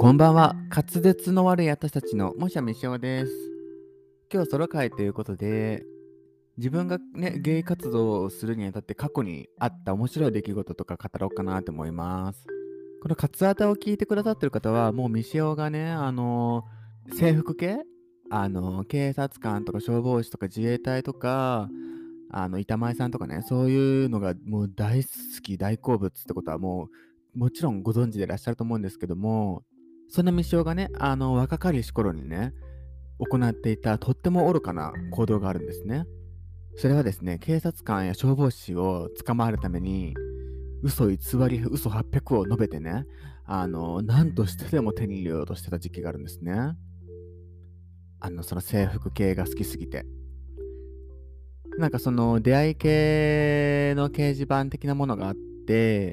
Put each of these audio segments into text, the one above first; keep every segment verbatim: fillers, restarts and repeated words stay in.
こんばんは。滑舌の悪い私たちのもしゃみしおです。今日ソロ会ということで、自分がね、芸活動をするにあたって過去にあった面白い出来事とか語ろうかなと思います。このカツアタを聞いてくださってる方は、もうみしおがね、あのー制服系あのー警察官とか消防士とか自衛隊とか、あの、板前さんとかね、そういうのがもう大好き、大好物ってことはもう、もちろんご存知でいらっしゃると思うんですけども、そんなみしおがね、あの、若かりし頃にね、行っていたとっても愚かな行動があるんですね。それはですね、警察官や消防士を捕まえるために、嘘偽り、嘘はっぴゃくを述べてね、あの、何としてでも手に入れようとしてた時期があるんですね。あの、その制服系が好きすぎて。なんかその出会い系の掲示板的なものがあって、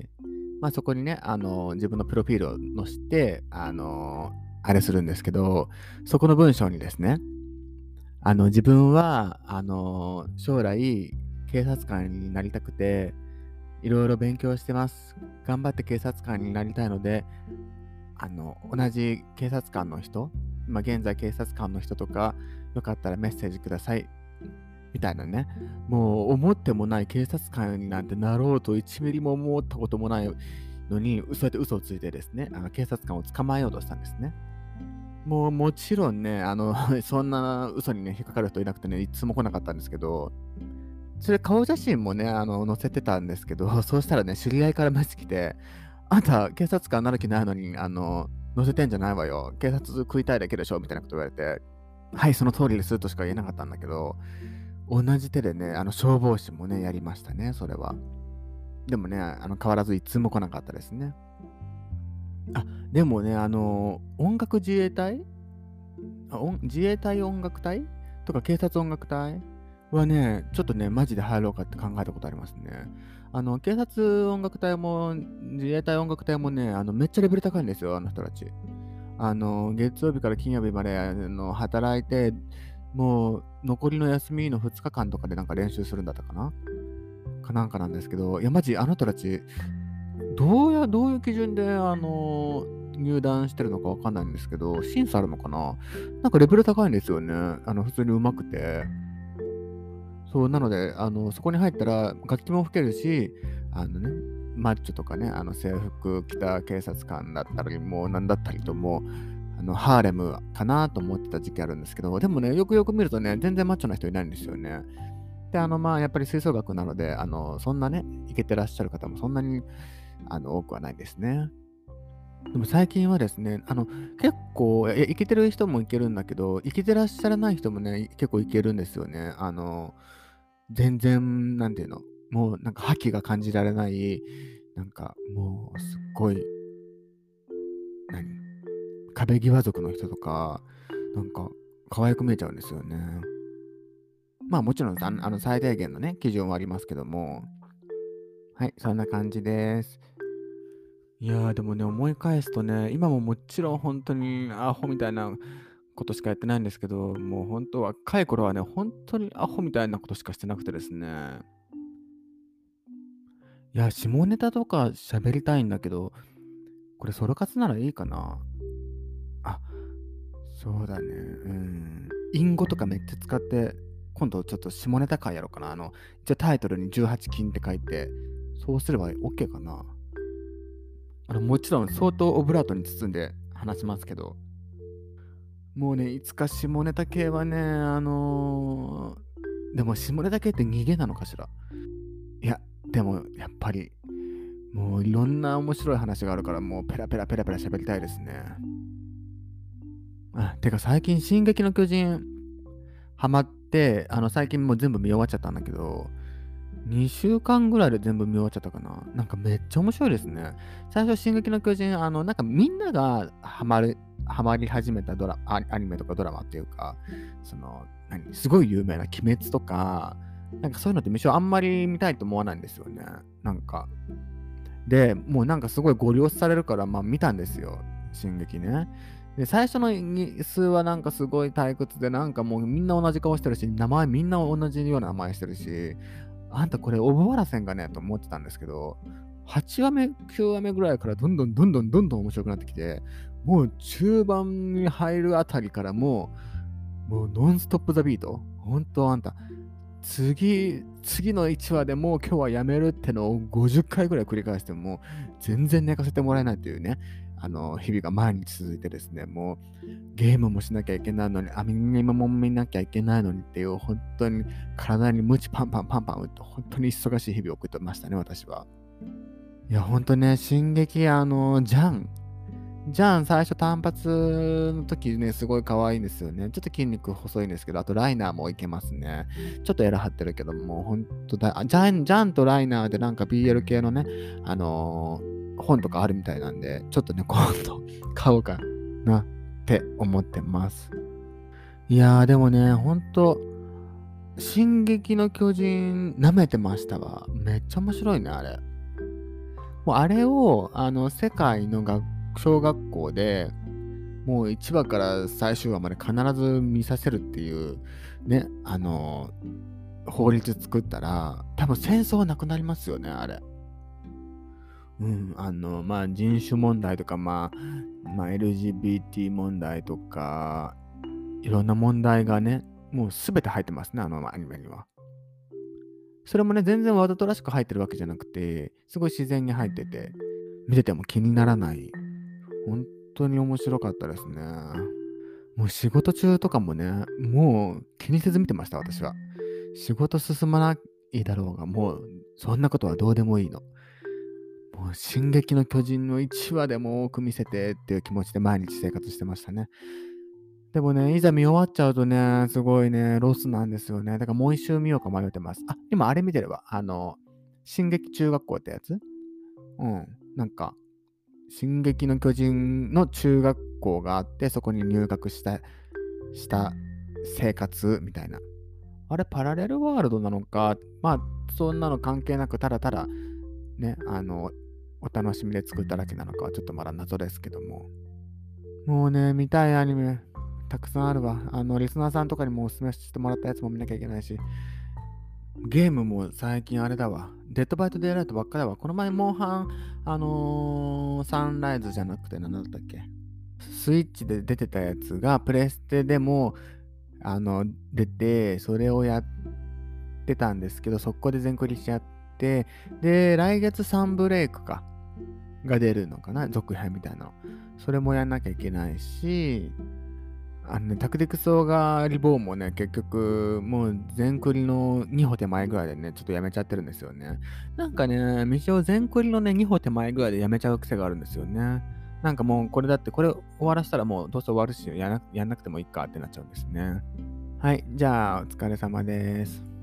まあそこにね、あの、自分のプロフィールを載せて、あの、あれするんですけど、そこの文章にですね、あの、自分は、あの、将来、警察官になりたくて、いろいろ勉強してます。頑張って警察官になりたいので、あの、同じ警察官の人、今現在警察官の人とか、よかったらメッセージください。みたいなね。もう思ってもない警察官になんてなろうといちミリも思ったこともないのに、そうやって嘘をついてですね、あの警察官を捕まえようとしたんですね。もうもちろんね、あの、そんな嘘にね、引っかかる人いなくてね、いつも来なかったんですけど、それ顔写真もね、あの、載せてたんですけど、そうしたらね、知り合いからメッセージ来て、あんた警察官なる気ないのに、あの、載せてんじゃないわよ。警察食いたいだけでしょみたいなこと言われて、はい、その通りですとしか言えなかったんだけど、同じ手でね、あの消防士もね、やりましたね、それは。でもね、あの変わらずいつも来なかったですね。あ、でもね、あの、音楽自衛隊あ音自衛隊音楽隊とか警察音楽隊はね、ちょっとね、マジで入ろうかって考えたことありますね。あの、警察音楽隊も自衛隊音楽隊もね、あのめっちゃレベル高いんですよ、あの人たち。あの、月曜日から金曜日まであの働いて、もう残りの休みのふつかかんとかでなんか練習するんだったかなかなんかなんですけど、いや、マジあの人たち、どうや、どういう基準で、あの、入団してるのかわかんないんですけど、審査あるのかななんかレベル高いんですよね。あの、普通に上手くて。そう、なので、あの、そこに入ったら楽器も吹けるし、あのね、マッチョとかね、あの制服着た警察官だったり、もうなんだったりともう、あの、ハーレムかなと思ってた時期あるんですけど、でもね、よくよく見るとね、全然マッチョな人いないんですよね。で、あの、まあ、やっぱり吹奏楽なので、あの、そんなね、イケてらっしゃる方もそんなに、あの、多くはないですね。でも最近はですね、あの、結構、えイケてる人もいけるんだけど、イケてらっしゃらない人もね、結構いけるんですよね。あの、全然、なんていうの、もうなんか覇気が感じられない、なんかもうすっごい、何壁際族の人とか、なんか可愛く見えちゃうんですよね。まあもちろんあのあの最低限のね、基準はありますけども、はい、そんな感じです。いやー、でもね、思い返すとね、今ももちろん本当にアホみたいなことしかやってないんですけど、もう本当若い頃はね、本当にアホみたいなことしかしてなくてですね。いや、下ネタとか喋りたいんだけど、これソロ活ならいいかな。あ、そうだね。うん。隠語とかめっちゃ使って、今度ちょっと下ネタ会やろうかな。あの、じゃあタイトルにじゅうはち禁って書いて、そうすれば OK かな。あの、もちろん相当オブラートに包んで話しますけど、もうね、いつか下ネタ系はね、あのーでも下ネタ系って逃げなのかしら。いや、でもやっぱり、もういろんな面白い話があるから、もうペラペラペラペラ喋りたいですね。あ、てか最近、進撃の巨人ハマって、あの最近もう全部見終わっちゃったんだけど、にしゅうかんぐらいで全部見終わっちゃったかな。なんかめっちゃ面白いですね。最初、進撃の巨人、あの、なんかみんながハマる、ハマり始めたドラアアニメとかドラマっていうか、その、何、すごい有名な鬼滅とか、なんかそういうのってむしろあんまり見たいと思わないんですよね。なんか。で、もうなんかすごいご利用されるから、まあ見たんですよ。進撃ね。で、最初のに数はなんかすごい退屈で、なんかもうみんな同じ顔してるし、名前みんな同じような名前してるし、あんたこれ覚わらせんがねと思ってたんですけど、はちわめ、きゅうわめぐらいからどんどんどんどんどんどん面白くなってきて、 もう中盤に入るあたりからもう、もうノンストップザビート。ほんとあんた、次、次のいちわでもう今日はやめるってのをごじゅっかいぐらい繰り返しても、全然寝かせてもらえないというね、あの、日々が毎日続いてですね、もうゲームもしなきゃいけないのに、アニメも見なきゃいけないのにっていう、本当に体にムチパンパンパンパン打って、本当に忙しい日々を送ってましたね、私は。いや、ほんとね、進撃、あの、ジャン。ジャン、最初単発の時ね、すごい可愛いんですよね。ちょっと筋肉細いんですけど、あとライナーもいけますね。ちょっとエラ張ってるけども、ほんとだ、あジャン、ジャンとライナーでなんか ビーエル 系のね、あのー本とかあるみたいなんで、ちょっとね、今度買おうかなって思ってます。いやー、でもね、ほんと、進撃の巨人舐めてましたわ。めっちゃ面白いね、あれ。もうあれを、あの、世界の学小学校で、もういちわから最終話まで必ず見させるっていう、ね、あの、法律作ったら、多分戦争はなくなりますよね、あれ。うん、あの、まあ、人種問題とか、まあ、まあ、エルジービーティー 問題とか、いろんな問題がね、もうすべて入ってますね、あのアニメには。それもね、全然わざとらしく入ってるわけじゃなくて、すごい自然に入ってて、見てても気にならない。本当に面白かったですね。もう仕事中とかもね、もう気にせず見てました、私は。仕事進まないだろうが、もうそんなことはどうでもいいの。もう進撃の巨人のいちわでも多く見せてっていう気持ちで毎日生活してましたね。でもね、いざ見終わっちゃうとね、すごいね、ロスなんですよね。だからもう一周見ようか迷ってます。あ、今あれ見てるわ。あの、進撃中学校ってやつ。うん。なんか、進撃の巨人の中学校があって、そこに入学した、した生活みたいな。あれ、パラレルワールドなのか、まあ、そんなの関係なく、ただただ、ね、あの、お楽しみで作っただけなのかはちょっとまだ謎ですけども。もうね、見たいアニメ、たくさんあるわ。あの、リスナーさんとかにもおすすめしてもらったやつも見なきゃいけないし、ゲームも最近あれだわ。デッドバイトデイライトばっかだわ。この前、モンハン、あのーサンライズじゃなくて何だったっけ、スイッチで出てたやつが、プレステでも、あの、出て、それをやってたんですけど、速攻で全クリしちゃって、で、来月サンブレイクか、が出るのかな、続編みたいなの。それもやんなきゃいけないし、あのね、タクティクスオーガーリボーンもね、結局、もう全クリのに歩手前ぐらいでね、ちょっとやめちゃってるんですよね。なんかね、道を全クリのね、に歩手前ぐらいでやめちゃう癖があるんですよね。なんかもう、これだって、これ終わらせたらもうどうせ終わるし、やなやんなくてもいいかってなっちゃうんですね。はい、じゃあ、お疲れ様です。